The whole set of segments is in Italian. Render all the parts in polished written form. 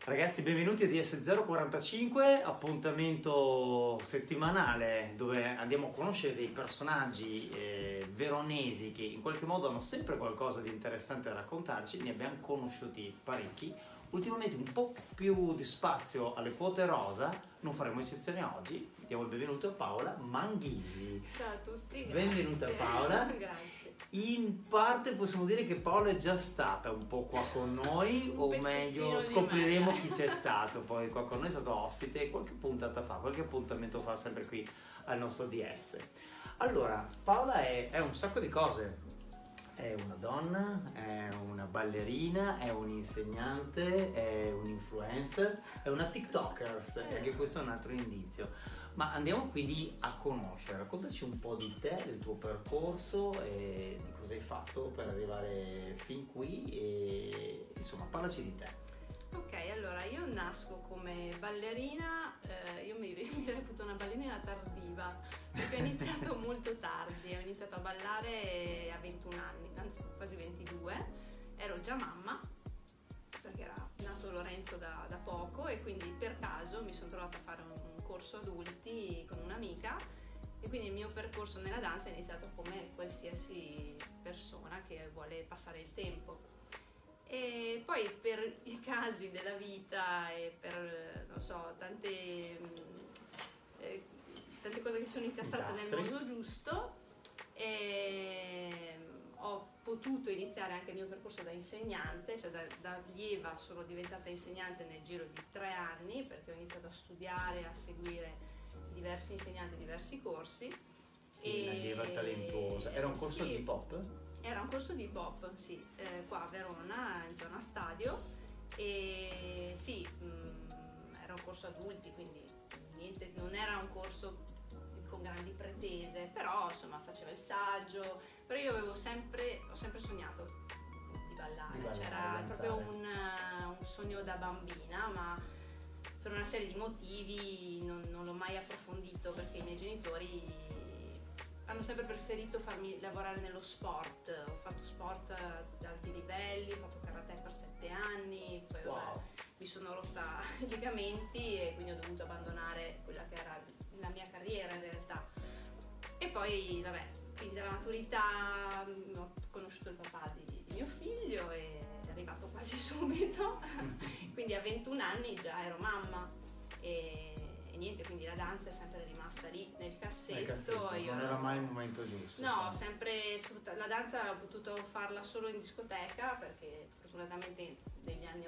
Ragazzi, benvenuti a DS045, appuntamento settimanale dove andiamo a conoscere dei personaggi veronesi che in qualche modo hanno sempre qualcosa di interessante da raccontarci. Ne abbiamo conosciuti parecchi. Ultimamente un po' più di spazio alle quote rosa, non faremo eccezione oggi. Diamo il benvenuto a Paola Manghisi. Ciao a tutti, grazie. Benvenuta Paola. Grazie. In parte possiamo dire che Paola è già stata un po' qua con noi, o meglio scopriremo chi c'è stato poi qua con noi, è stato ospite qualche puntata fa, qualche appuntamento fa, sempre qui al nostro DS. Allora, Paola è un sacco di cose. È una donna, è una ballerina, è un'insegnante, è un influencer, è una TikToker, e anche questo è un altro indizio. Ma andiamo quindi a conoscere, raccontaci un po' di te, del tuo percorso e di cosa hai fatto per arrivare fin qui e insomma parlaci di te. Ok, allora io nasco come ballerina, io mi reputo una ballerina tardiva, perché ho iniziato molto tardi, ho iniziato a ballare a 21 anni, anzi quasi 22, ero già mamma, perché era nato Lorenzo da poco e quindi per caso mi sono trovata a fare un corso adulti con un'amica e quindi il mio percorso nella danza è iniziato come qualsiasi persona che vuole passare il tempo. E poi per i casi della vita e per, non so, tante cose che sono incastrate nel modo giusto, ho potuto iniziare anche il mio percorso da insegnante, cioè da allieva sono diventata insegnante nel giro di 3 anni, perché ho iniziato a studiare, a seguire diversi insegnanti, diversi corsi. E un'allieva talentuosa. Era un corso di hip hop? Era un corso di hip hop, sì, qua a Verona, in zona Stadio, e sì, era un corso adulti, quindi niente, non era un corso con grandi pretese, però insomma faceva il saggio, però io ho sempre sognato di ballare, c'era proprio un sogno da bambina, ma per una serie di motivi non l'ho mai approfondito perché i miei genitori hanno sempre preferito farmi lavorare nello sport. Ho fatto sport ad alti livelli, ho fatto karate per 7 anni, poi vabbè, mi sono rotta i legamenti e quindi ho dovuto abbandonare quella che era la mia carriera in realtà. E poi vabbè, finita la maturità ho conosciuto il papà di mio figlio e è arrivato quasi subito, quindi a 21 anni già ero mamma e niente, quindi la danza è sempre rimasta lì nel cassetto. Io non era mai il momento giusto. No, sempre la danza ho potuto farla solo in discoteca perché fortunatamente negli anni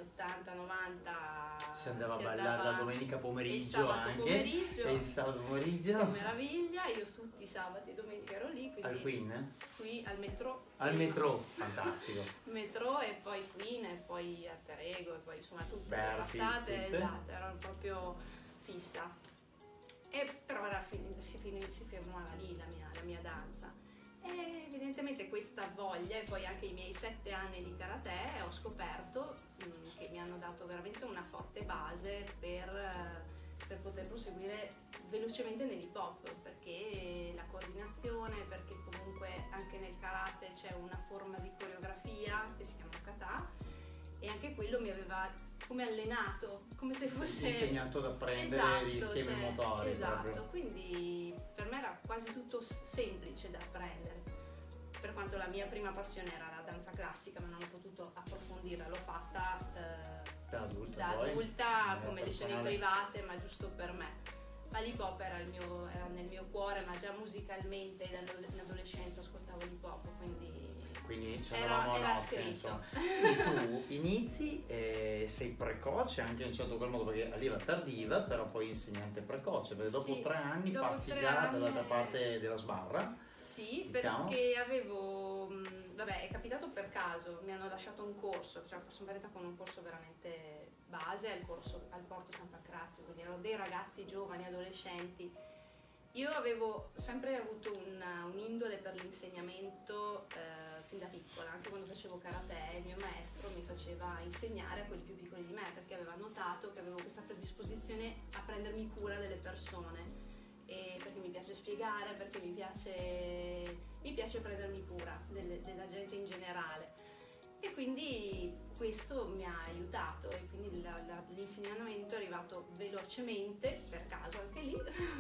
80-90 si andava a ballare la domenica pomeriggio e il sabato pomeriggio. Che meraviglia, io tutti i sabati e domenica ero lì. Quindi al Queen? Qui al metro. Al metro, fantastico. Metro e poi Queen e poi Alter Ego e poi insomma tutte le passate, esatto, erano proprio fissa. E però si fermava lì la mia danza. E evidentemente questa voglia e poi anche i miei 7 anni di karate ho scoperto che mi hanno dato veramente una forte base per poter proseguire velocemente nell'hip hop, perché la coordinazione, perché comunque anche nel karate c'è una forma di coreografia che si chiama kata e anche quello mi aveva come allenato, come se fosse insegnato ad apprendere gli schemi motori. Esatto, proprio. Quindi per me era quasi tutto semplice da apprendere. Per quanto la mia prima passione era la danza classica, ma non ho potuto approfondirla, l'ho fatta da adulta come lezioni private, ma giusto per me. Ma l'hip hop era nel mio cuore, ma già musicalmente in adolescenza ascoltavo l'hip hop, quindi ci andavamo a nozze, insomma. E tu inizi, sei precoce anche in un certo qual modo, perché allieva tardiva, però poi insegnante precoce, perché dopo 3 anni passi già dall'altra parte della sbarra. Sì, diciamo. Perché avevo, vabbè, è capitato per caso, mi hanno lasciato un corso, cioè sono venuta con un corso veramente base al Porto San Pancrazio, quindi erano dei ragazzi giovani, adolescenti. Io avevo sempre avuto un'indole per l'insegnamento fin da piccola, anche quando facevo karate il mio maestro mi faceva insegnare a quelli più piccoli di me perché aveva notato che avevo questa predisposizione a prendermi cura delle persone, e perché mi piace spiegare, perché mi piace prendermi cura della gente in generale. E quindi questo mi ha aiutato e quindi l'insegnamento è arrivato velocemente, per caso anche lì,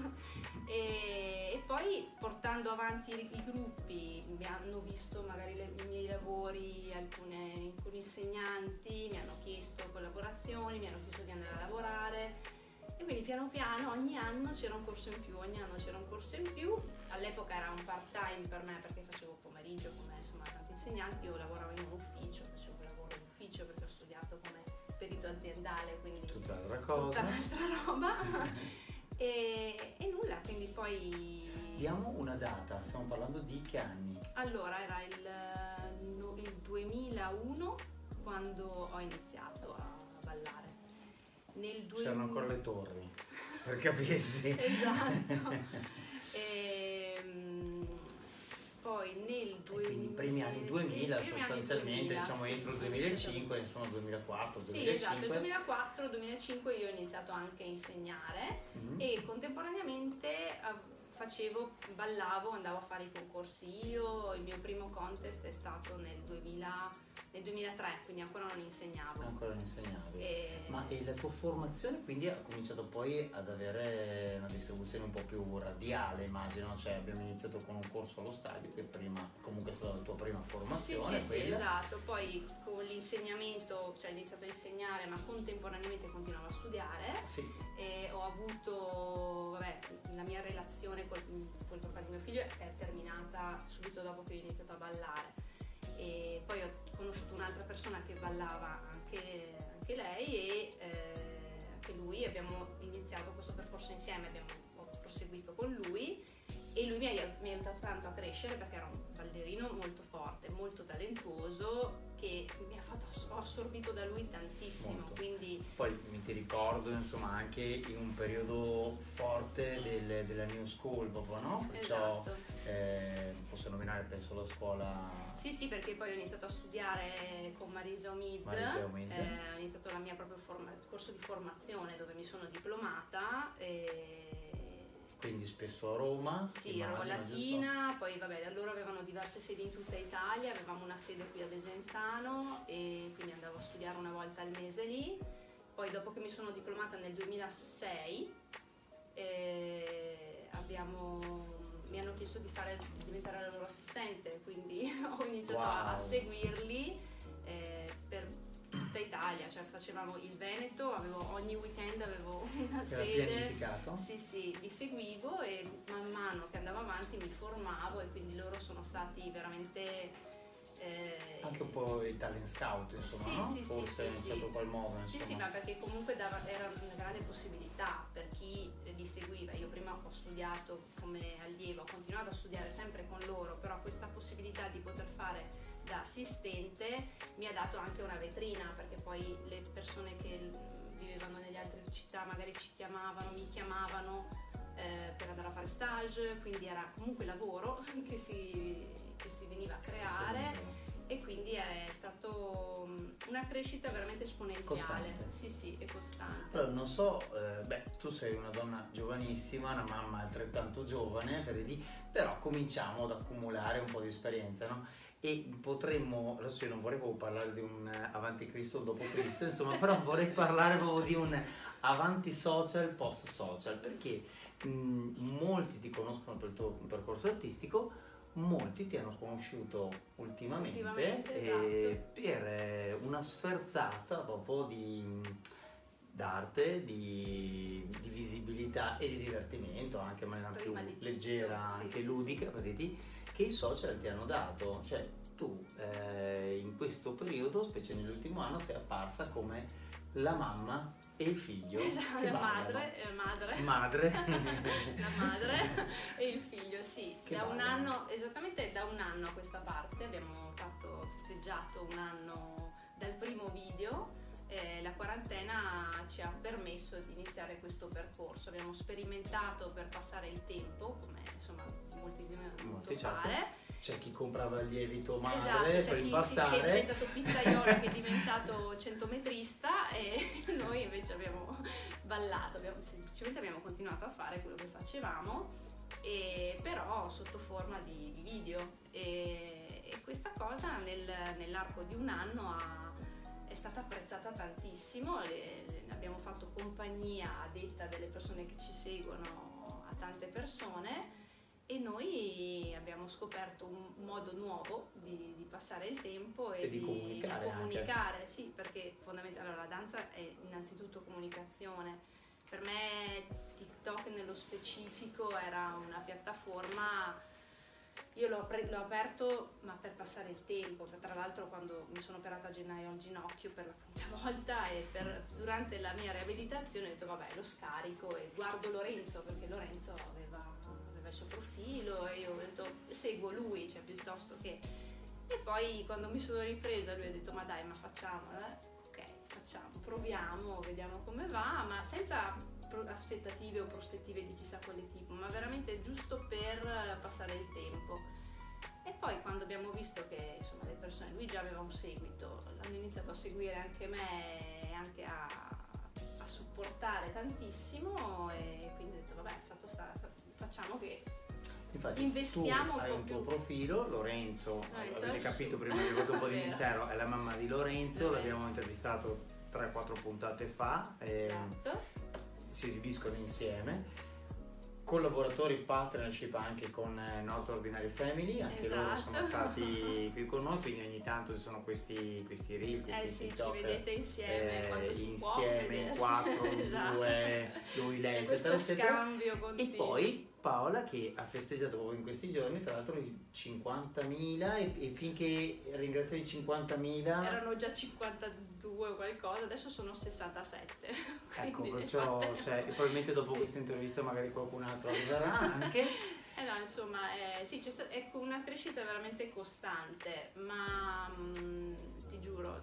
e poi portando avanti i gruppi mi hanno visto magari i miei lavori, alcuni insegnanti mi hanno chiesto collaborazioni, mi hanno chiesto di andare a lavorare, e quindi piano piano ogni anno c'era un corso in più, all'epoca era un part time per me perché facevo pomeriggio come insomma tanti insegnanti, io lavoravo in un ufficio, facevo quel lavoro in ufficio perché ho studiato come perito aziendale, quindi tutta un'altra roba e nulla, quindi poi diamo una data, stiamo parlando di che anni? Allora era il 2001 quando ho iniziato a ballare. C'erano ancora le torri, per capirsi. Esatto. Poi quindi i primi anni 2000 sostanzialmente, diciamo entro il 2005, insomma 2004, 2005. Sì, esatto, 2004-2005 io ho iniziato anche a insegnare e contemporaneamente ballavo, andavo a fare i concorsi io, il mio primo contest è stato nel 2003, quindi ancora non insegnavo. Ma e la tua formazione quindi ha cominciato poi ad avere una distribuzione un po' più radiale, immagino, cioè abbiamo iniziato con un corso allo stadio che prima comunque è stata la tua prima formazione. Sì, esatto, poi con l'insegnamento, cioè ho iniziato a insegnare ma contemporaneamente continuavo a studiare e ho avuto, la mia relazione col papà di mio figlio è terminata subito dopo che ho iniziato a ballare, e poi ho conosciuto un'altra persona che ballava anche lei e anche lui, abbiamo iniziato questo percorso insieme, ho proseguito con lui e lui mi ha aiutato tanto a crescere perché era un ballerino molto forte, molto talentuoso, che mi ha fatto, ho assorbito da lui tantissimo. Molto. Quindi poi ti ricordo insomma anche in un periodo forte della New School proprio, no? Perciò posso nominare penso la scuola. Sì, perché poi ho iniziato a studiare con Marisa Omid, ho iniziato la mia proprio corso di formazione dove mi sono diplomata quindi spesso a Roma? Sì, ero a Latina, poi loro avevano diverse sedi in tutta Italia, avevamo una sede qui a Desenzano e quindi andavo a studiare una volta al mese lì. Poi dopo che mi sono diplomata nel 2006 mi hanno chiesto di diventare la loro assistente, quindi ho iniziato a seguirli per tutta Italia, cioè facevamo il Veneto, ogni weekend avevo una sede. Pianificato? Sì, li seguivo e man mano che andavo avanti mi formavo e quindi loro sono stati veramente anche un po' i talent scout, insomma, forse in certo qual modo, insomma. Sì, ma perché comunque era una grande possibilità per chi li seguiva. Io prima ho studiato come allievo, ho continuato a studiare sempre con loro, però questa possibilità di poter fare da assistente mi ha dato anche una vetrina, perché poi le persone che vivevano nelle altre città magari mi chiamavano per andare a fare stage, quindi era comunque lavoro che si veniva a creare e quindi è stato una crescita veramente esponenziale. Costante. Sì, è costante. Allora, non so, tu sei una donna giovanissima, una mamma altrettanto giovane, però cominciamo ad accumulare un po' di esperienza, no? E potremmo, adesso io non vorrei proprio parlare di un avanti Cristo o un dopo Cristo, insomma, però vorrei parlare proprio di un avanti social, post social, perché molti ti conoscono per il tuo percorso artistico, molti ti hanno conosciuto ultimamente esatto. Per una sferzata proprio d'arte, di visibilità e di divertimento, anche in maniera più leggera, anche ludica, vedete, che i social ti hanno dato. Cioè tu in questo periodo, specie nell'ultimo anno, sei apparsa come la mamma e il figlio. Esatto, la madre. La madre e il figlio, sì. Esattamente da un anno a questa parte abbiamo festeggiato un anno dal primo video. La quarantena ci ha permesso di iniziare questo percorso. Abbiamo sperimentato per passare il tempo, come insomma molti di noi hanno voluto fare. C'è chi comprava il lievito madre per impastare. C'è chi è diventato pizzaiolo, che è diventato centometrista e noi invece abbiamo ballato, semplicemente abbiamo continuato a fare quello che facevamo, però sotto forma di video e questa cosa nell'arco di un anno è stata apprezzata tantissimo, abbiamo fatto compagnia a detta delle persone che ci seguono a tante persone, e noi abbiamo scoperto un modo nuovo di passare il tempo e di comunicare, sì, perché fondamentalmente la danza è innanzitutto comunicazione. Per me TikTok nello specifico era una piattaforma, io l'ho aperto ma per passare il tempo, tra l'altro quando mi sono operata a gennaio al ginocchio per la prima volta, e durante la mia riabilitazione ho detto vabbè, lo scarico e guardo Lorenzo, perché Lorenzo aveva il suo profilo e io ho detto seguo lui, cioè piuttosto che... E poi quando mi sono ripresa lui ha detto ma dai, ma facciamo, ok, facciamo, proviamo, vediamo come va, ma senza aspettative o prospettive di chissà quale tipo, ma veramente giusto per passare il tempo. E poi quando abbiamo visto che insomma le persone, lui già aveva un seguito, hanno iniziato a seguire anche me e anche a supportare tantissimo, e quindi ho detto vabbè, facciamo che infatti, investiamo tu hai un tuo profilo, Lorenzo avete capito prima di un po' di mistero, è la mamma di Lorenzo. L'abbiamo intervistato 3-4 puntate fa, esatto. Si esibiscono insieme, collaboratori, partnership anche con Not Ordinary Family, anche esatto. Loro sono stati qui con noi, quindi ogni tanto ci sono questi reel, questi sì, TikTok, ci vedete insieme quando si può insieme in 4, esatto. 2, lui, lei, eccetera, scambio continuo. E poi Paola che ha festeggiato proprio in questi giorni tra l'altro i 50.000 e finché ringraziavi 50.000 erano già 52 o qualcosa, adesso sono 67. Ecco, perciò probabilmente dopo questa intervista magari qualcun altro arriverà anche. No, insomma, sì, è una crescita veramente costante, ma ti giuro,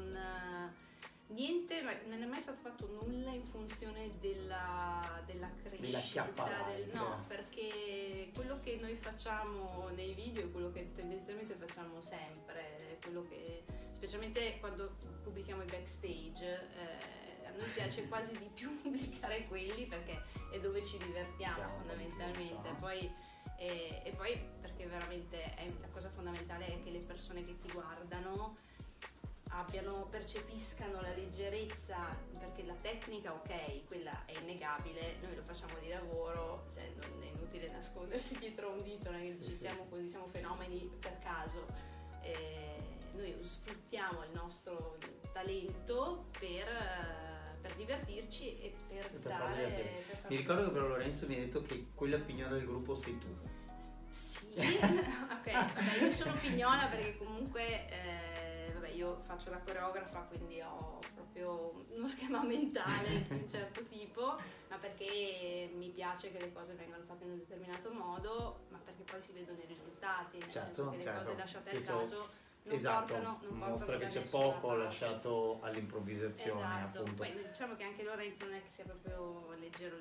niente, non è mai stato fatto nulla in funzione della crescita, no, perché quello che noi facciamo nei video è quello che tendenzialmente facciamo sempre, quello che, specialmente quando pubblichiamo i backstage, a noi piace quasi di più pubblicare quelli perché è dove ci divertiamo fondamentalmente. E poi perché veramente la cosa fondamentale è che le persone che ti guardano percepiscano la leggerezza, perché la tecnica, ok, quella è innegabile, noi lo facciamo di lavoro, cioè non è inutile nascondersi dietro un dito, non è che siamo fenomeni per caso, noi sfruttiamo il nostro talento per divertirci e per dare... Mi ricordo che però Lorenzo mi ha detto che quella pignola del gruppo sei tu. Sì, ok, vabbè, io sono pignola perché comunque io faccio la coreografa, quindi ho proprio uno schema mentale di un certo tipo, ma perché mi piace che le cose vengano fatte in un determinato modo, ma perché poi si vedono i risultati, nel senso che le cose lasciate al caso non portano mostra che c'è poco parte. Lasciato all'improvvisazione, esatto. Appunto. Poi diciamo che anche Lorenzo non è che sia proprio leggero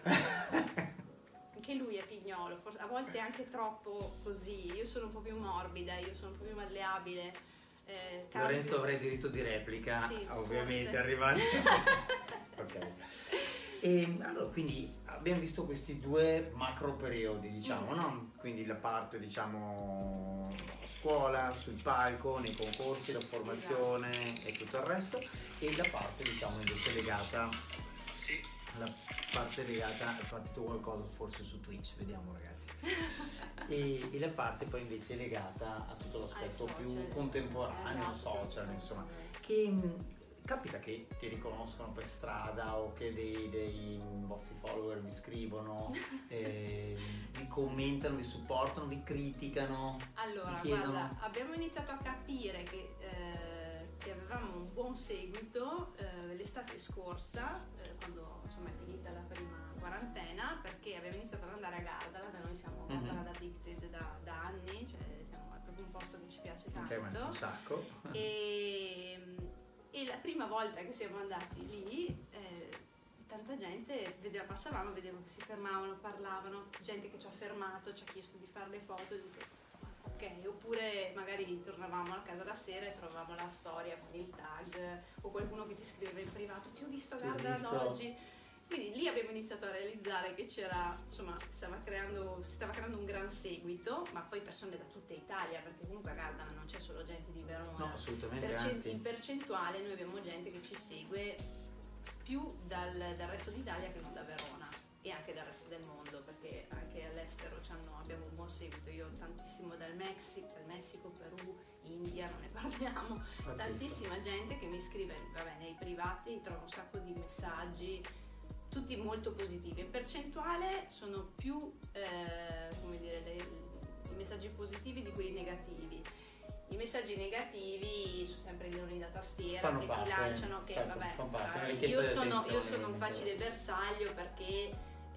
anche lui è pignolo, forse a volte anche troppo così, io sono un po' più morbida, io sono un po' più malleabile. Lorenzo avrà diritto di replica, sì, ovviamente arrivando. Ok. E allora quindi abbiamo visto questi due macro periodi, diciamo, no? Quindi la parte, diciamo, scuola, sul palco, nei concorsi, la formazione e tutto il resto, e la parte, diciamo, invece legata. Sì. La parte legata, è partito qualcosa forse su Twitch, vediamo ragazzi. E la parte poi invece legata a tutto l'aspetto più contemporaneo, social, insomma. Che capita che ti riconoscono per strada o che dei vostri follower vi scrivono, vi commentano, vi supportano, vi criticano? Allora, guarda, abbiamo iniziato a capire che avevamo un buon seguito l'estate scorsa, quando insomma è finita la prima quarantena, perché abbiamo iniziato ad andare a Gardara, da noi siamo Gardara Addicted da anni, cioè è proprio un posto che ci piace tanto. Un sacco. E la prima volta che siamo andati lì, tanta gente, passavamo, vedevo che si fermavano, parlavano, gente che ci ha fermato, ci ha chiesto di fare le foto, ok, oppure magari tornavamo a casa la sera e trovavamo la storia con il tag, o qualcuno che ti scriveva in privato, ti ho visto a Gardara oggi. Quindi lì abbiamo iniziato a realizzare che c'era, insomma, si stava creando un gran seguito, ma poi persone da tutta Italia, perché comunque a Gardara non c'è solo gente di Verona. No, assolutamente, anzi. In percentuale noi abbiamo gente che ci segue più dal resto d'Italia che non da Verona, e anche dal resto del mondo, perché anche all'estero abbiamo un buon seguito. Io tantissimo dal Messico, Perù, India, non ne parliamo, tantissima gente che mi scrive, vabbè, nei privati trovo un sacco di messaggi, tutti molto positivi. In percentuale sono più come dire, i messaggi positivi di quelli negativi. I messaggi negativi sono sempre i leoni da tastiera che ti lanciano, che certo, vabbè, io sono un facile bersaglio, perché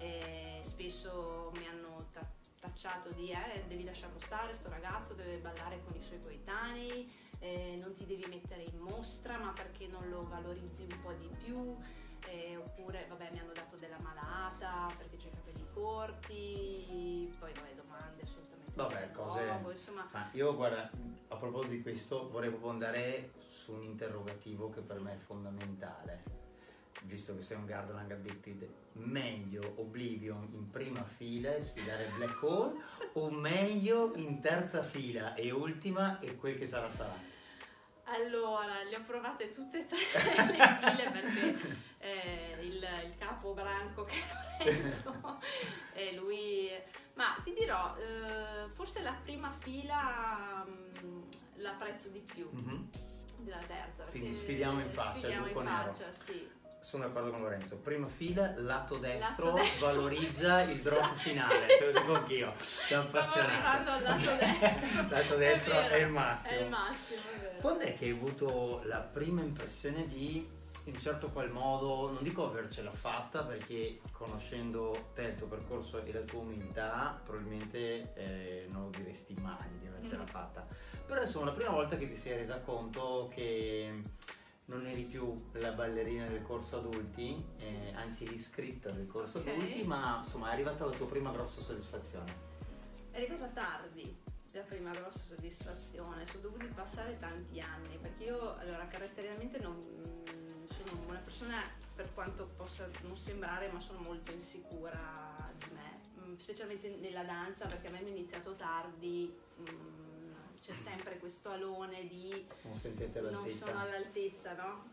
spesso mi hanno tacciato di devi lasciarlo stare, sto ragazzo deve ballare con i suoi coetanei, non ti devi mettere in mostra, ma perché non lo valorizzi un po' di più, oppure vabbè, mi hanno dato della malata perché c'ho i capelli corti, poi domande assolutamente cose luogo, insomma. Ma io, guarda, a proposito di questo vorrei proprio andare su un interrogativo che per me è fondamentale, visto che sei un Gardaland Addicted: meglio Oblivion in prima fila e sfidare Black Hole o meglio in terza fila e ultima e quel che sarà sarà? Allora, le ho provate tutte e tre le file, perché il capo branco che è Lorenzo, lui, ma ti dirò, forse la prima fila l'apprezzo di più della terza. Quindi sfidiamo in faccia, sì. Sono d'accordo con Lorenzo. Prima fila, lato destro. Valorizza il drop finale, te lo dico anch'io. Stavo arrivando al lato destro. Lato destro è il massimo. È il massimo, è vero. Quando è che hai avuto la prima impressione di, in un certo qual modo, non dico avercela fatta, perché conoscendo te, il tuo percorso e la tua umiltà, probabilmente non lo diresti mai di avercela fatta. Però insomma, la prima volta che ti sei resa conto che non eri più la ballerina del corso adulti, anzi l'iscritta del corso adulti, ma insomma è arrivata la tua prima grossa soddisfazione. È arrivata tardi la prima grossa soddisfazione, sono dovuti passare tanti anni, perché io allora caratterialmente non sono una persona, per quanto possa non sembrare, ma sono molto insicura di me, specialmente nella danza, perché a me mi è iniziato tardi. C'è sempre questo alone di non sentite l'altezza, non sono all'altezza, no?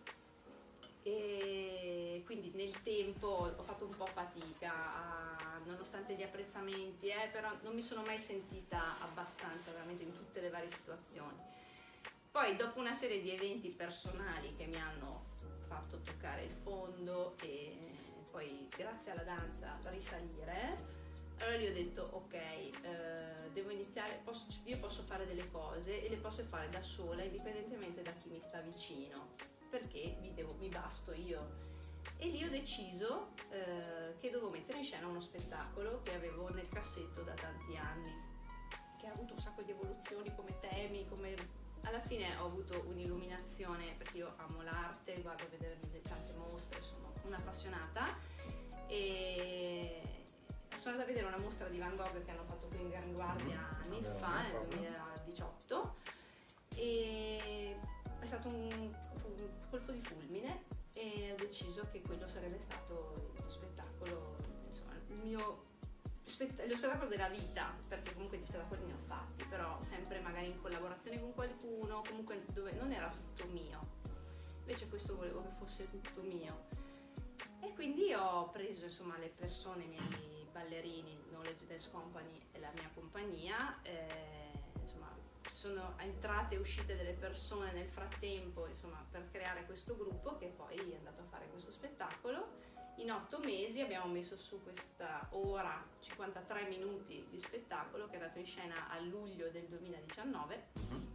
E quindi nel tempo ho fatto un po' fatica, nonostante gli apprezzamenti, però non mi sono mai sentita abbastanza veramente in tutte le varie situazioni. Poi dopo una serie di eventi personali che mi hanno fatto toccare il fondo e poi grazie alla danza risalire, allora lì ho detto ok, devo iniziare, io posso fare delle cose e le posso fare da sola, indipendentemente da chi mi sta vicino, perché mi basto io. E lì ho deciso che dovevo mettere in scena uno spettacolo che avevo nel cassetto da tanti anni, che ha avuto un sacco di evoluzioni come temi, alla fine ho avuto un'illuminazione, perché io amo l'arte, guardo a vedere tante mostre, sono un'appassionata, e sono andata a vedere una mostra di Van Gogh che hanno fatto qui in Gran Guardia anni fa, nel 2018, e è stato un colpo di fulmine, e ho deciso che quello sarebbe stato lo spettacolo, insomma, lo spettacolo della vita, perché comunque di spettacoli ne ho fatti, però sempre magari in collaborazione con qualcuno, comunque dove non era tutto mio. Invece questo volevo che fosse tutto mio. E quindi ho preso insomma le persone, i miei ballerini, Knowledge Dance Company e la mia compagnia, insomma sono entrate e uscite delle persone nel frattempo, insomma, per creare questo gruppo che poi è andato a fare questo spettacolo. In 8 mesi abbiamo messo su questa ora 53 minuti di spettacolo che è andato in scena a luglio del 2019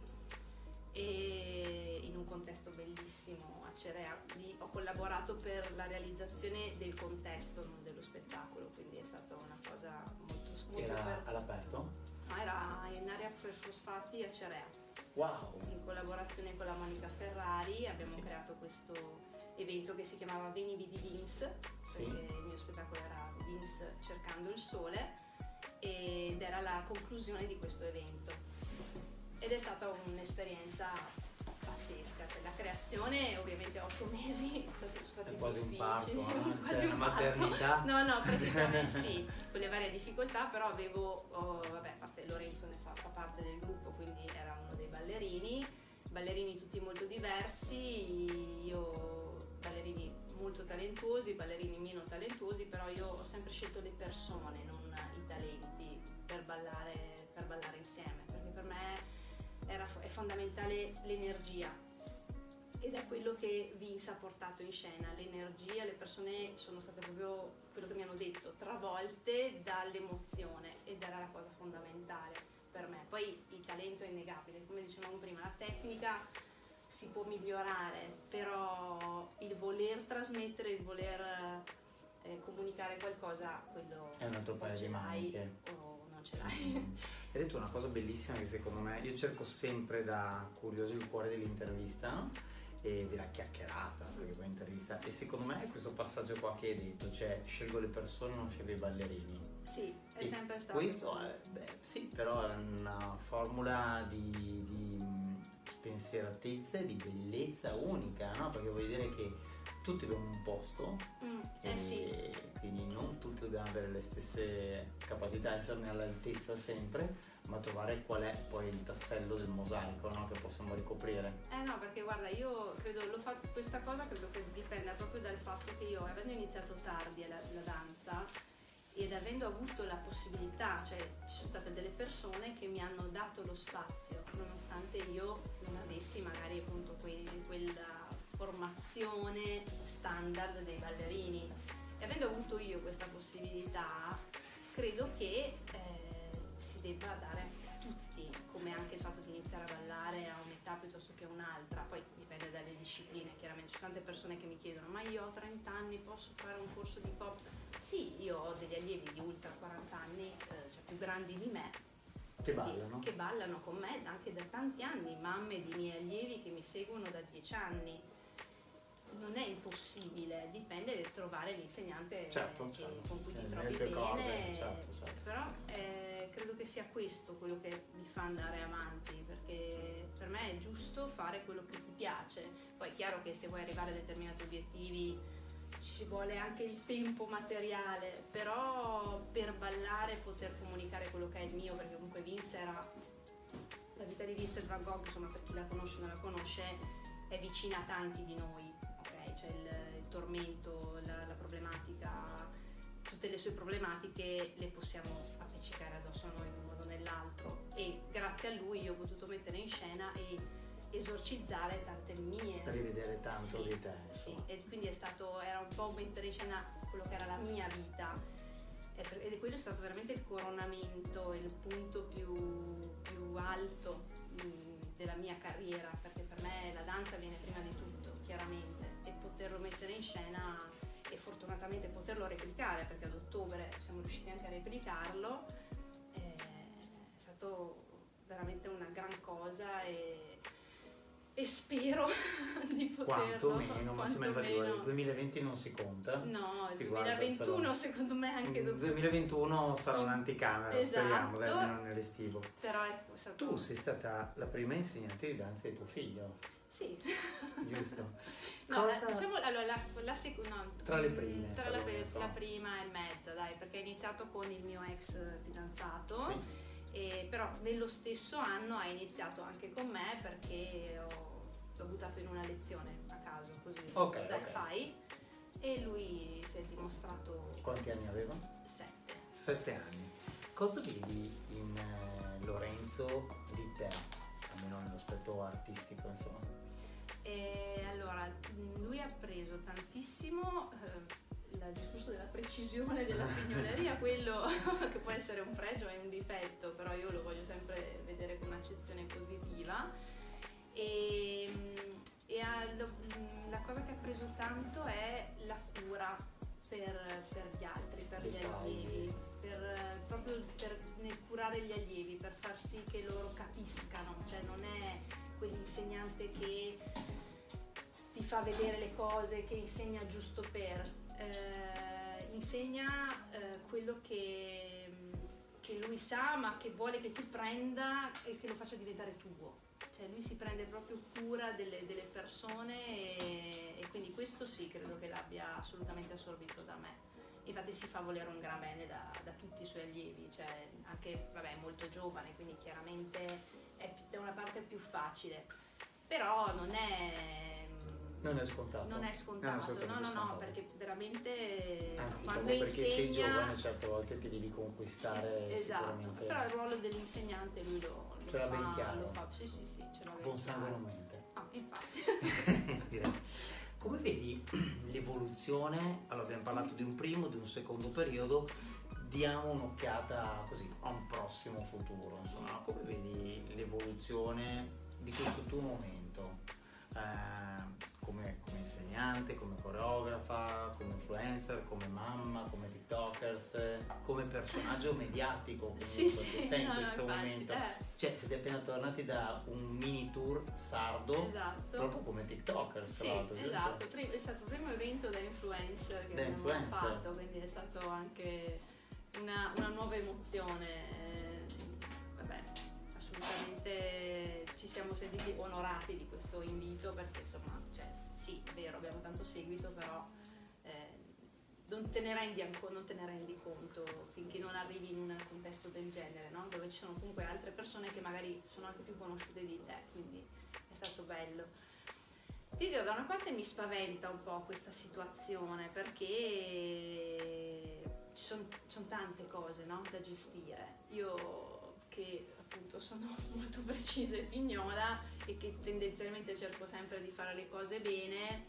e in un contesto bellissimo a Cerea. Ho collaborato per la realizzazione del contesto, non dello spettacolo, quindi è stata una cosa molto era all'aperto? No, era in area per fosfati a Cerea. Wow! In collaborazione con la Monica Ferrari abbiamo creato questo evento che si chiamava Veni Vidi Vince, perché il mio spettacolo era Vince cercando il sole, ed era la conclusione di questo evento, ed è stata un'esperienza pazzesca. La creazione ovviamente 8 mesi sono stati è quasi difficili, un parto, quasi cioè un una maternità. No, praticamente sì, con le varie difficoltà, però avevo, vabbè, a parte Lorenzo fa parte del gruppo, quindi era uno dei ballerini tutti molto diversi, io ballerini molto talentuosi, ballerini meno talentuosi, però io ho sempre scelto le persone, non i talenti per ballare insieme, perché per me è fondamentale l'energia, ed è quello che Vince ha portato in scena, l'energia. Le persone sono state proprio, quello che mi hanno detto, travolte dall'emozione, ed era la cosa fondamentale per me. Poi il talento è innegabile, come dicevamo prima, la tecnica si può migliorare, però il voler trasmettere, il voler comunicare qualcosa, quello è un altro paio di maniche, o non ce l'hai. Hai detto una cosa bellissima che secondo me, io cerco sempre da curioso il cuore dell'intervista, no? E della chiacchierata, perché poi intervista, e secondo me è questo passaggio qua che hai detto, cioè scelgo le persone, non scelgo i ballerini. Sì, è sempre stato questo sì, però è una formula di spensieratezza e di bellezza unica, no? Perché voglio dire che tutti abbiamo un posto, e sì. quindi non tutti dobbiamo avere le stesse capacità, esserne all'altezza sempre, ma trovare qual è poi il tassello del mosaico, no? Che possiamo ricoprire. No, perché guarda, io credo questa cosa credo che dipenda proprio dal fatto che io, avendo iniziato tardi la danza ed avendo avuto la possibilità, cioè ci sono state delle persone che mi hanno dato lo spazio, nonostante io non avessi magari appunto quella formazione standard dei ballerini, e avendo avuto io questa possibilità, credo che si debba dare a tutti, come anche il fatto di iniziare a ballare a un'età piuttosto che a un'altra. Poi dipende dalle discipline, chiaramente. Ci sono tante persone che mi chiedono: ma io ho 30 anni, posso fare un corso di pop? Sì, io ho degli allievi di ultra 40 anni, cioè più grandi di me, che ballano con me anche da tanti anni, mamme di miei allievi che mi seguono da 10 anni. Non è impossibile, dipende da trovare l'insegnante certo. con cui ti trovi bene, corde, certo. Però credo che sia questo quello che mi fa andare avanti, perché per me è giusto fare quello che ti piace. Poi è chiaro che se vuoi arrivare a determinati obiettivi ci vuole anche il tempo materiale, però per ballare, poter comunicare quello che è il mio, perché comunque la vita di Vincent van Gogh, insomma, per chi la conosce o non la conosce, è vicina a tanti di noi, ok? Cioè il tormento, la problematica, tutte le sue problematiche le possiamo appiccicare addosso a noi in un modo o nell'altro, e grazie a lui io ho potuto mettere in scena e esorcizzare tante mie, rivedere tanto di te, sì, e quindi era un po' mettere in scena quello che era la mia vita, ed quello è stato veramente il coronamento, il punto più alto della mia carriera, perché per me la danza viene prima di tutto, chiaramente, e poterlo mettere in scena e fortunatamente poterlo replicare, perché ad ottobre siamo riusciti anche a replicarlo, è stato veramente una gran cosa, e spero di poterlo. Quantomeno, ma il 2020 non si conta. No, il 2021 secondo me anche il 2021 sarà un'anticamera, esatto. Speriamo, almeno nell'estivo. Però è stato... Tu sei stata la prima insegnante di danza di tuo figlio. Sì. Giusto. No, diciamo la seconda, no, tra le prime. Tra la prima e mezza, dai, perché ho iniziato con il mio ex fidanzato. Sì. Però nello stesso anno ha iniziato anche con me, perché l'ho buttato in una lezione a caso, così, fai, e lui si è dimostrato... Quanti anni aveva? 7 anni. Cosa vedi in Lorenzo di te, almeno nell'aspetto artistico, insomma? Allora, lui ha preso tantissimo il discorso della precisione della pignoleria, quello che può essere un pregio e un difetto, però io lo voglio sempre vedere con un'accezione positiva, la cosa che ha preso tanto è la cura per gli altri, per gli allievi, proprio nel curare gli allievi, per far sì che loro capiscano, cioè non è quell'insegnante che ti fa vedere le cose, che insegna giusto per... insegna quello che lui sa, ma che vuole che tu prenda e che lo faccia diventare tuo. Cioè lui si prende proprio cura delle persone, e quindi questo sì, credo che l'abbia assolutamente assorbito da me. Infatti si fa volere un gran bene da tutti i suoi allievi, cioè anche, vabbè, molto giovane, quindi chiaramente è da una parte più facile, però non è Non è scontato. Non è scontato, no, perché veramente anzi, quando perché sei insegna... giovane certe volte ti devi conquistare. Sì, esatto, sicuramente. però il ruolo dell'insegnante lui lo ce l'ha fa, ben chiaro. lo fa. Sì, ce l'ha ben Buon sangue chiaro. non mente. Ah, infatti. Direi. Come vedi l'evoluzione? Allora abbiamo parlato di un primo, di un secondo periodo, diamo un'occhiata così a un prossimo futuro, insomma, come vedi l'evoluzione di questo tuo momento? Come insegnante, come coreografa, come influencer, come mamma, come tiktokers, come personaggio mediatico comunque Sì, sei in questo infatti, momento. Cioè siete appena tornati da un mini tour sardo, esatto. proprio come tiktokers, sì, tra l'altro, esatto, è stato il primo evento da influencer che abbiamo fatto, quindi è stato anche una nuova emozione. Vabbè, assolutamente ci siamo sentiti onorati di questo invito, perché insomma, sì, è vero, abbiamo tanto seguito, però non te ne rendi conto finché non arrivi in un contesto del genere, no? Dove ci sono comunque altre persone che magari sono anche più conosciute di te, quindi è stato bello. Ti dico, da una parte mi spaventa un po' questa situazione, perché ci sono tante cose, no, da gestire. Io che appunto sono molto precisa e pignola e che tendenzialmente cerco sempre di fare le cose bene,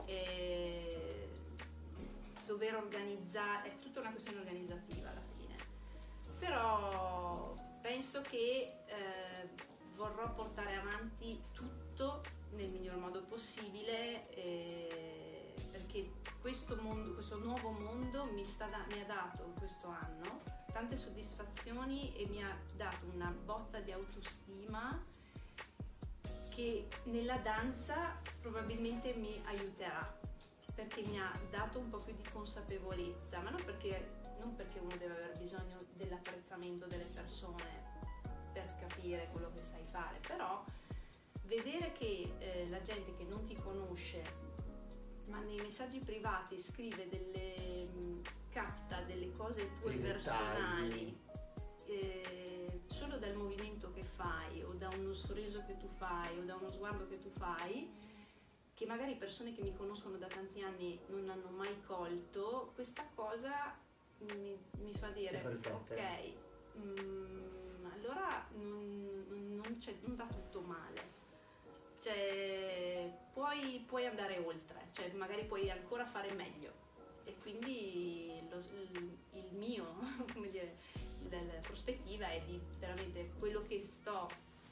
dover organizzare, è tutta una questione organizzativa alla fine, però penso che vorrò portare avanti tutto nel miglior modo possibile, perché questo nuovo mondo mi ha dato in questo anno tante soddisfazioni e mi ha dato una botta di autostima che nella danza probabilmente mi aiuterà, perché mi ha dato un po' più di consapevolezza, ma non perché uno deve aver bisogno dell'apprezzamento delle persone per capire quello che sai fare, però vedere che la gente che non ti conosce, ma nei messaggi privati scrive capta delle cose tue personali, solo dal movimento che fai o da uno sorriso che tu fai o da uno sguardo che tu fai, che magari persone che mi conoscono da tanti anni non hanno mai colto, questa cosa mi fa dire ok, allora non va tutto male, cioè puoi andare oltre, cioè magari puoi ancora fare meglio, e quindi il mio come dire, la prospettiva è di veramente quello che sto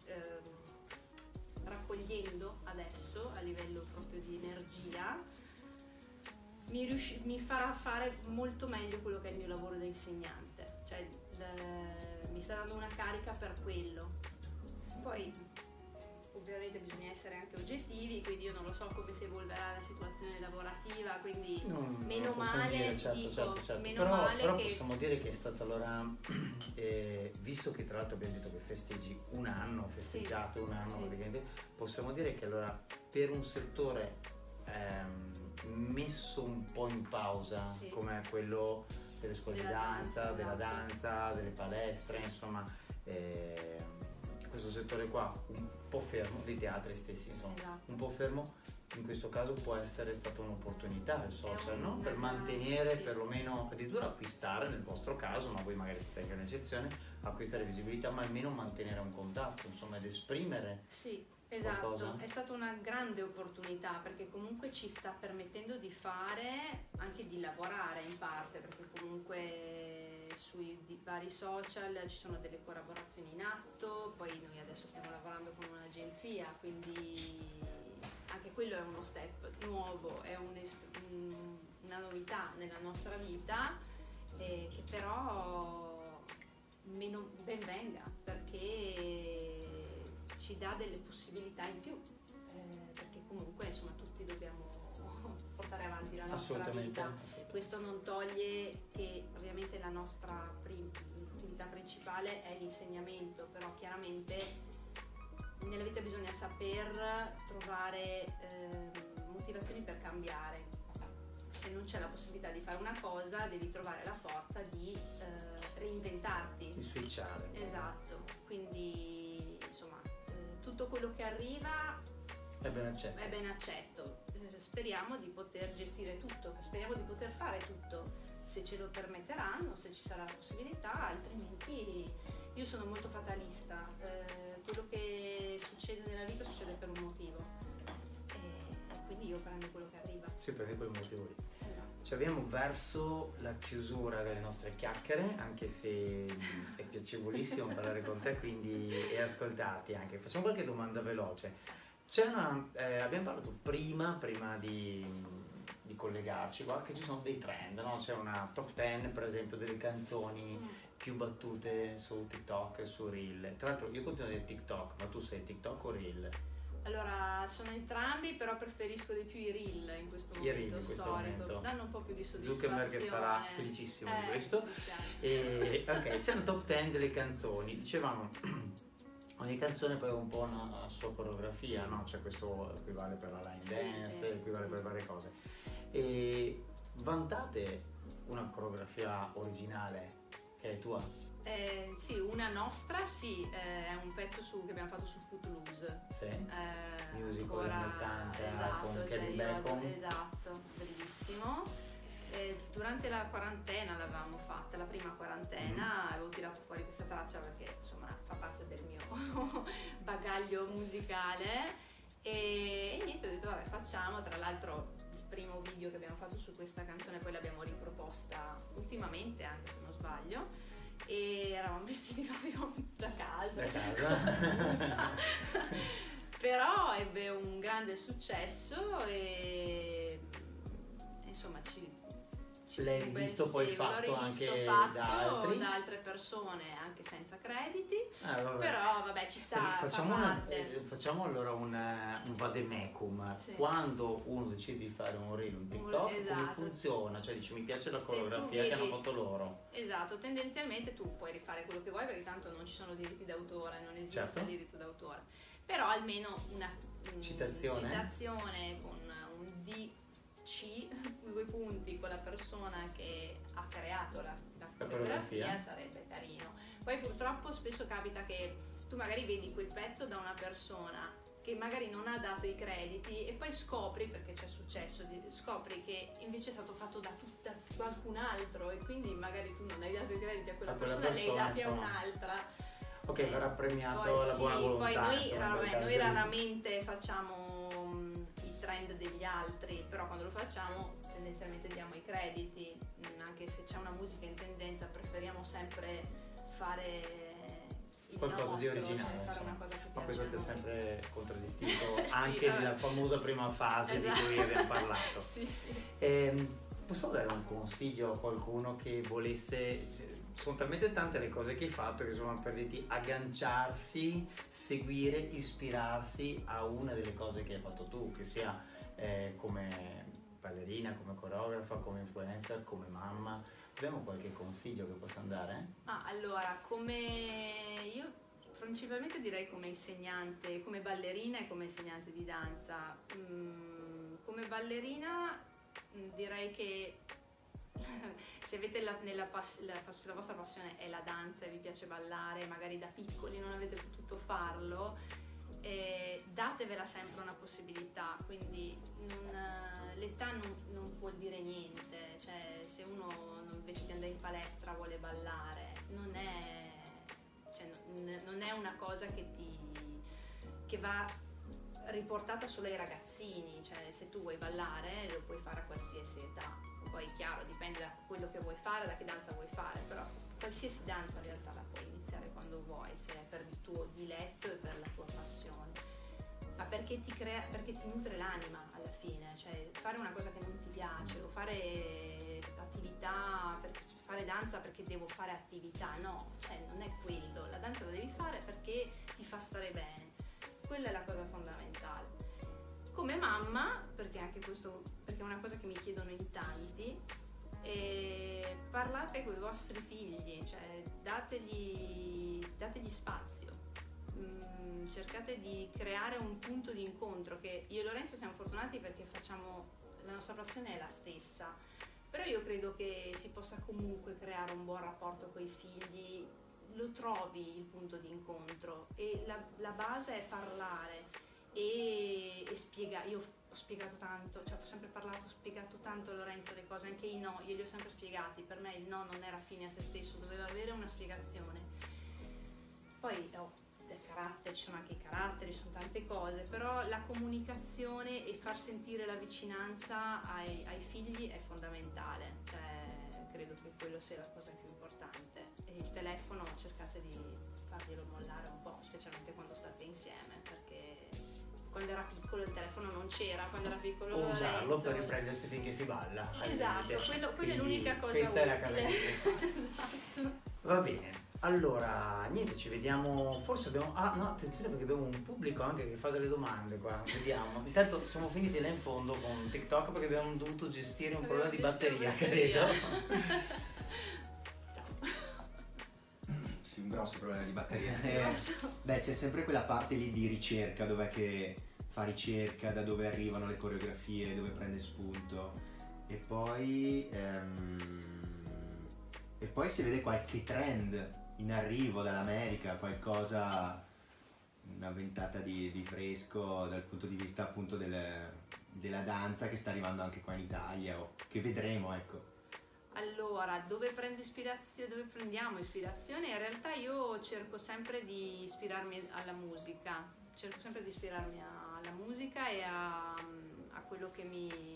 raccogliendo adesso a livello proprio di energia mi farà fare molto meglio quello che è il mio lavoro da insegnante, cioè mi sta dando una carica per quello. Poi ovviamente bisogna essere anche oggettivi, quindi io non lo so come si evolverà la situazione lavorativa, quindi meno male, certo. meno però, male però che... possiamo dire che è stato allora, visto che tra l'altro abbiamo detto che festeggi un anno, festeggiato un anno praticamente, possiamo dire che allora per un settore messo un po' in pausa, come quello delle scuole di danza, della danza, delle palestre, insomma, questo settore qua un po' fermo, dei teatri stessi, insomma, un po' fermo, in questo caso può essere stata un'opportunità il social, no? Per mantenere, perlomeno, addirittura acquistare nel vostro caso, ma voi magari siete anche un'eccezione, acquistare visibilità, ma almeno mantenere un contatto, insomma, ed esprimere. Sì, esatto, qualcosa. È stata una grande opportunità, perché comunque ci sta permettendo di fare, anche di lavorare in parte, perché comunque sui vari social ci sono delle collaborazioni in atto, poi noi adesso stiamo lavorando con un'agenzia, quindi anche quello è uno step nuovo, è una novità nella nostra vita, che però ben venga, perché ci dà delle possibilità in più, perché comunque insomma tutti dobbiamo portare avanti la nostra vita. Questo non toglie che ovviamente la nostra attività principale è l'insegnamento, però chiaramente nella vita bisogna saper trovare motivazioni per cambiare. Se non c'è la possibilità di fare una cosa, devi trovare la forza di reinventarti, di switchare. Esatto, quindi insomma tutto quello che arriva è ben accetto. speriamo di poter gestire tutto, speriamo di poter fare tutto, se ce lo permetteranno, se ci sarà la possibilità, altrimenti io sono molto fatalista, quello che succede nella vita succede per un motivo e quindi io prendo quello che arriva. Sì, perché quel motivo lì. Ci avviamo verso la chiusura delle nostre chiacchiere, anche se è piacevolissimo parlare con te quindi e ascoltarti anche. Facciamo qualche domanda veloce. Abbiamo parlato prima di collegarci qua, che ci sono dei trend, no? C'è una top 10 per esempio delle canzoni più battute su TikTok, su Reel. Tra l'altro io continuo a dire TikTok, ma tu sei TikTok o Reel? Allora, sono entrambi, però preferisco di più i reel in questo momento storico. Danno un po' più di soddisfazione. Zuckerberg sarà felicissimo di questo. Ok, c'è una top 10 delle canzoni. Dicevamo, ogni canzone poi ha un po' una sua coreografia, no? C'è questo equivale per la line dance, equivale per varie cose. E vantate una coreografia originale che è tua? Sì, una nostra, è un pezzo che abbiamo fatto su Footloose. Sì, musical anni 80, esatto, con Kevin Bacon. Esatto, bellissimo. Durante la quarantena l'avevamo fatta, la prima quarantena, avevo tirato fuori questa traccia perché insomma fa parte del mio bagaglio musicale e niente, ho detto vabbè facciamo, tra l'altro il primo video che abbiamo fatto su questa canzone poi l'abbiamo riproposta ultimamente anche se non sbaglio e eravamo vestiti proprio da casa. Però ebbe un grande successo e insomma l'hai visto poi fatto anche da altre persone anche senza crediti, però vabbè ci sta. Facciamo allora un vademecum. Quando uno decide di fare un reel, un TikTok, come funziona? Cioè dici mi piace la coreografia che hanno fatto loro. Esatto, tendenzialmente tu puoi rifare quello che vuoi perché tanto non ci sono diritti d'autore, non esiste il diritto d'autore, però almeno una citazione con un DC, 2 punti, con la persona che ha creato la coreografia sarebbe carino. Poi purtroppo spesso capita che tu magari vedi quel pezzo da una persona che magari non ha dato i crediti e poi scopri, perché c'è successo, scopri che invece è stato fatto da qualcun altro e quindi magari tu non hai dato i crediti a quella persona, ne hai dati a un'altra. Ok, verrà premiato la buona volontà. Poi noi raramente facciamo i trend degli altri, però quando lo facciamo tendenzialmente diamo i crediti, anche se c'è una musica in tendenza preferiamo sempre fare qualcosa di originale, fare una cosa più. Ma questo ti ha sempre contraddistinto anche nella famosa prima fase di cui abbiamo parlato. Posso dare un consiglio a qualcuno che volesse? Sono talmente tante le cose che hai fatto che insomma per dirti agganciarsi, seguire, ispirarsi a una delle cose che hai fatto tu, che sia come ballerina, come coreografa, come influencer, come mamma. Abbiamo qualche consiglio che possa dare? Allora, io principalmente direi come insegnante, come ballerina e come insegnante di danza. Come ballerina direi che se avete la vostra passione è la danza e vi piace ballare, magari da piccoli non avete potuto farlo, datevela sempre una possibilità, quindi l'età non vuol dire niente, cioè se uno invece di andare in palestra vuole ballare non è una cosa che va riportata solo ai ragazzini, cioè se tu vuoi ballare lo puoi fare a qualsiasi età, poi chiaro dipende da quello che vuoi fare, da che danza vuoi fare, però qualsiasi danza in realtà la puoi iniziare quando vuoi, se è per il tuo diletto e per la tua passione, ma perché ti nutre l'anima alla fine, cioè fare una cosa che non ti piace o fare attività fare danza perché devo fare attività, no, cioè non è quello, la danza la devi fare perché ti fa stare bene, quella è la cosa fondamentale. Come mamma, perché anche questo, perché è una cosa che mi chiedono in tanti, parlate con i vostri figli, cioè dategli spazio, cercate di creare un punto di incontro, che io e Lorenzo siamo fortunati perché la nostra passione è la stessa, però io credo che si possa comunque creare un buon rapporto con i figli, lo trovi il punto di incontro e la base è parlare e spiegare. Io spiegato tanto, cioè ho sempre parlato, ho spiegato tanto a Lorenzo le cose, anche i no, glieli ho sempre spiegati, per me il no non era fine a se stesso, doveva avere una spiegazione. Poi del carattere, ci sono anche i caratteri, ci sono tante cose, però la comunicazione e far sentire la vicinanza ai figli è fondamentale, cioè credo che quello sia la cosa più importante. E il telefono cercate di farglielo mollare un po', specialmente quando state insieme, perché quando era piccolo il telefono non c'era, quando era piccolo o usarlo per Lorenzo, riprendersi finché si balla. esatto, quella è l'unica cosa questa utile. è la caratteristica. Esatto. Va bene, allora niente, ci vediamo, forse abbiamo, no, attenzione perché abbiamo un pubblico anche che fa delle domande qua, vediamo. Intanto siamo finiti là in fondo con TikTok perché abbiamo dovuto gestire un problema di batteria, credo. Sì, un grosso problema di batteria. Beh, c'è sempre quella parte lì di ricerca, dov'è che fa ricerca, da dove arrivano le coreografie, dove prende spunto. E poi si vede qualche trend in arrivo dall'America, qualcosa, una ventata di fresco dal punto di vista appunto della danza che sta arrivando anche qua in Italia, o che vedremo, ecco. Allora, dove prendiamo ispirazione? In realtà io cerco sempre di ispirarmi alla musica, e a quello che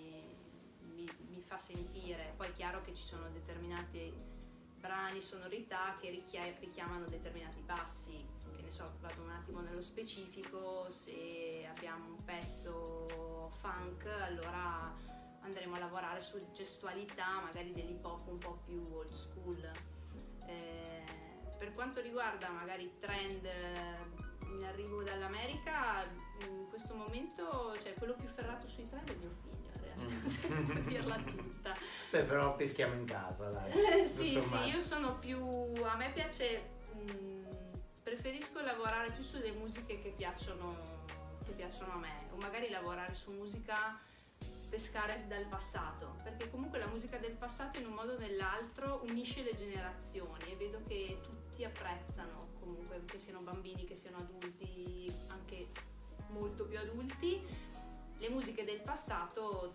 mi fa sentire. Poi è chiaro che ci sono determinati brani, sonorità che richiamano determinati passi, che ne so, vado un attimo nello specifico, se abbiamo un pezzo funk, allora andremo a lavorare su gestualità, magari dell'hip hop un po' più old school. Per quanto riguarda magari trend in arrivo dall'America, in questo momento, cioè, quello più ferrato sui trend è mio figlio, in realtà, se devo dirla tutta. Beh, però peschiamo in casa, dai. Sì, io sono più, a me piace, preferisco lavorare più sulle musiche che piacciono a me, o magari lavorare su musica, pescare dal passato, perché comunque la musica del passato in un modo o nell'altro unisce le generazioni e vedo che tutti apprezzano, comunque, che siano bambini, che siano adulti, anche molto più adulti, le musiche del passato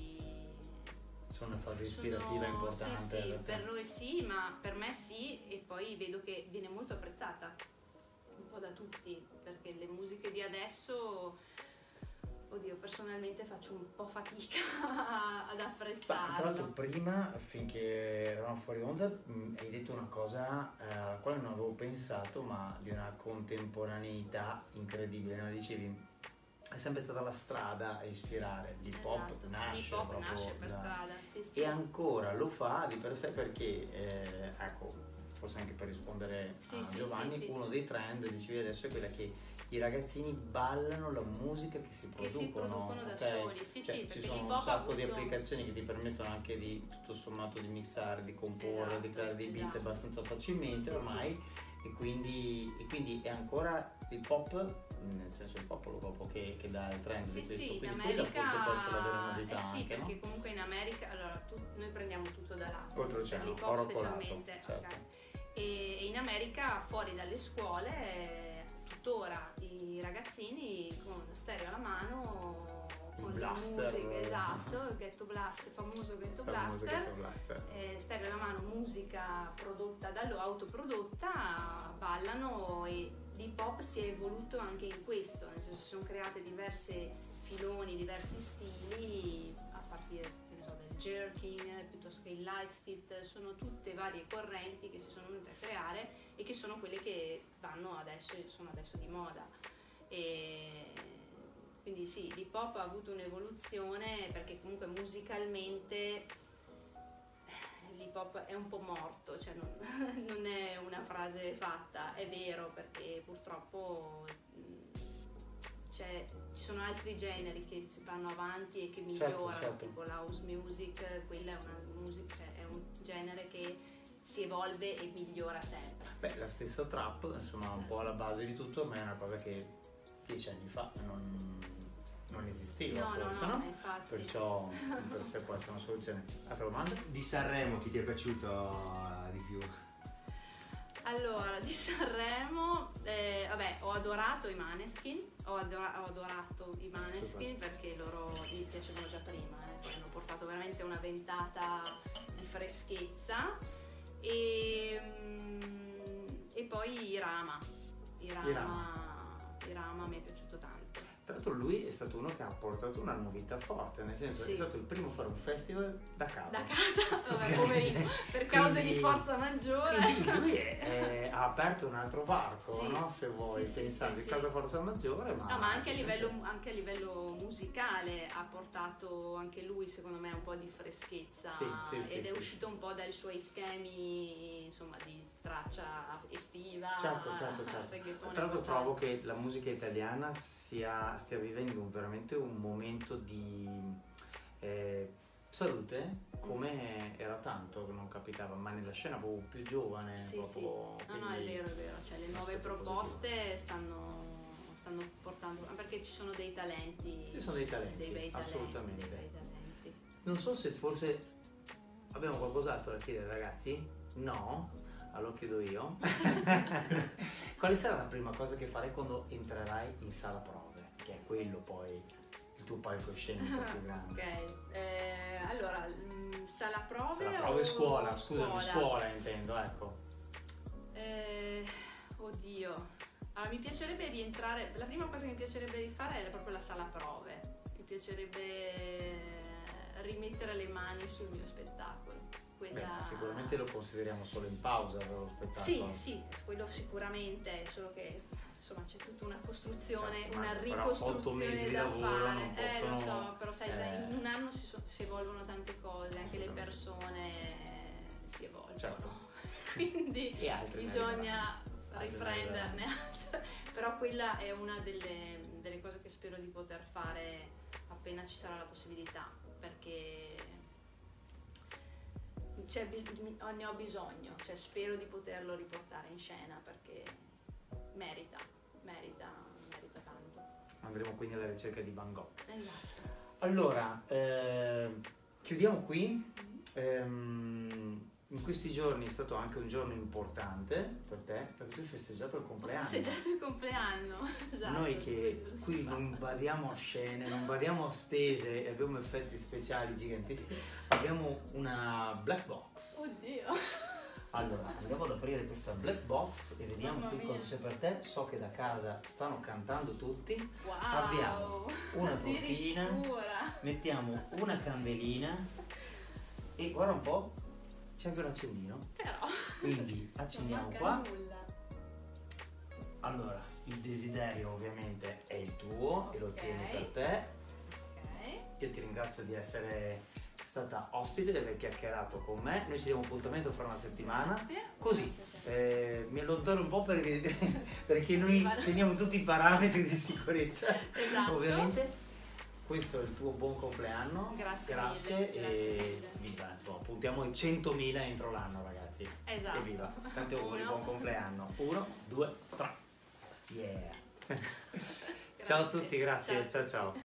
sono una fase ispirativa importante. Sì, per noi sì, ma per me sì, e poi vedo che viene molto apprezzata un po' da tutti, perché le musiche di adesso, oddio, personalmente faccio un po' fatica ad apprezzarlo. Tra l'altro prima, finché eravamo fuori onda, hai detto una cosa alla quale non avevo pensato, ma di una contemporaneità incredibile, no? Dicevi, è sempre stata la strada a ispirare, l'hip hop nasce per strada, sì. E ancora lo fa di per sé perché, ecco, forse anche per rispondere a Giovanni, sì. Uno dei trend, dicevi adesso, è quella che i ragazzini ballano la musica che si producono da okay? soli, Cioè, ci sono un sacco di applicazioni che ti permettono anche di, tutto sommato, di mixare, di comporre, di creare dei beat abbastanza facilmente ormai. E quindi è ancora il pop, nel senso il popolo dopo che dà il trend di questo, quindi America, forse può essere la vera novità sì, anche, perché no? comunque in America, allora noi prendiamo tutto da là, Oltreoceano, l'hip hop oro specialmente, colato, certo. Okay. E in America fuori dalle scuole tuttora i ragazzini con stereo alla mano, con blaster, musica, esatto, il ghetto blaster, famoso ghetto blaster. Stereo alla mano, musica prodotta da loro, autoprodotta, ballano, e l'hip hop si è evoluto anche in questo, nel senso si sono create diverse filoni, diversi stili, a partire del jerking piuttosto che il light fit, sono tutte varie correnti che si sono venute a creare e che sono quelle che sono adesso di moda. E quindi sì, l'hip hop ha avuto un'evoluzione, perché comunque musicalmente l'hip hop è un po' morto, cioè non è una frase fatta, è vero, perché purtroppo ci sono altri generi che vanno avanti e che migliorano, certo. tipo la house music, quella è una musica, cioè è un genere che si evolve e migliora sempre. Beh, la stessa trap, insomma, un po' alla base di tutto, ma è una cosa che 10 anni fa non esisteva, forse, no? Infatti. Perciò per sé può essere una soluzione. Altra domanda? Di Sanremo chi ti è piaciuto di più? Allora, di Sanremo, ho adorato i Maneskin, ho adorato i Maneskin perché loro mi piacevano già prima, poi hanno portato veramente una ventata di freschezza e poi i Rama mi è piaciuto tanto. Tra l'altro lui è stato uno che ha portato una novità forte, nel senso che è stato il primo a fare un festival da casa. Da casa? Vabbè, poverino, per cause di forza maggiore. Quindi lui ha aperto un altro varco, no? Se vuoi, pensando di causa forza maggiore. Ma anche a livello musicale ha portato anche lui, secondo me, un po' di freschezza ed è uscito un po' dai suoi schemi, insomma, di traccia estiva. Certo. Tra l'altro trovo che la musica italiana stia vivendo veramente un momento di salute come era tanto che non capitava, ma nella scena proprio più giovane. No, è vero, cioè le nuove proposte stanno portando, perché ci sono dei talenti. Ci sono dei talenti, dei bei assolutamente. Dei bei talenti. Non so se forse abbiamo qualcos'altro da chiedere, ragazzi? No? Allora chiedo io. Quale sarà la prima cosa che farai quando entrerai in sala prove? Che è quello poi il tuo palcoscenico più grande. Ok, allora sala prove e scuola, scusami, scuola intendo, ecco. Oddio, allora mi piacerebbe rientrare, la prima cosa che mi piacerebbe rifare è proprio la sala prove, mi piacerebbe rimettere le mani sul mio spettacolo. Sicuramente lo consideriamo solo in pausa per lo spettacolo. Sì, quello sicuramente, solo che insomma c'è tutta una costruzione, certo, una però ricostruzione 8 mesi di da lavoro fare. non possono... Lo so, però sai, in un anno si evolvono tante cose, anche le persone si evolvono. Certo. Quindi bisogna riprenderne altre. Però quella è una delle cose che spero di poter fare appena ci sarà la possibilità, perché ne ho bisogno, cioè spero di poterlo riportare in scena perché merita tanto. Andremo quindi alla ricerca di Van Gogh. Esatto. Allora, chiudiamo qui. In questi giorni è stato anche un giorno importante per te, perché tu hai festeggiato il compleanno. Ho festeggiato il compleanno, esatto. Noi che qui non badiamo a scene, non badiamo a spese e abbiamo effetti speciali giganteschi, abbiamo una black box. Oddio! Allora, andiamo ad aprire questa black box e vediamo qui cosa c'è per te. So che da casa stanno cantando tutti. Wow! Abbiamo una tortina, mettiamo una candelina e guarda un po', c'è anche un accendino. Però quindi accendiamo qua. Nulla. Allora, il desiderio ovviamente è il tuo e lo tieni per te. Io ti ringrazio di essere stata ospite, di aver chiacchierato con me. Noi ci diamo appuntamento fra una settimana. Grazie. Così mi allontano un po' perché noi teniamo tutti i parametri di sicurezza. Esatto. Ovviamente. Questo è il tuo buon compleanno. Grazie e viva, insomma, puntiamo ai 100.000 entro l'anno, ragazzi. Esatto. E viva. Tanti auguri, buon compleanno. 1, 2, 3. Yeah. Ciao a tutti, grazie. Ciao.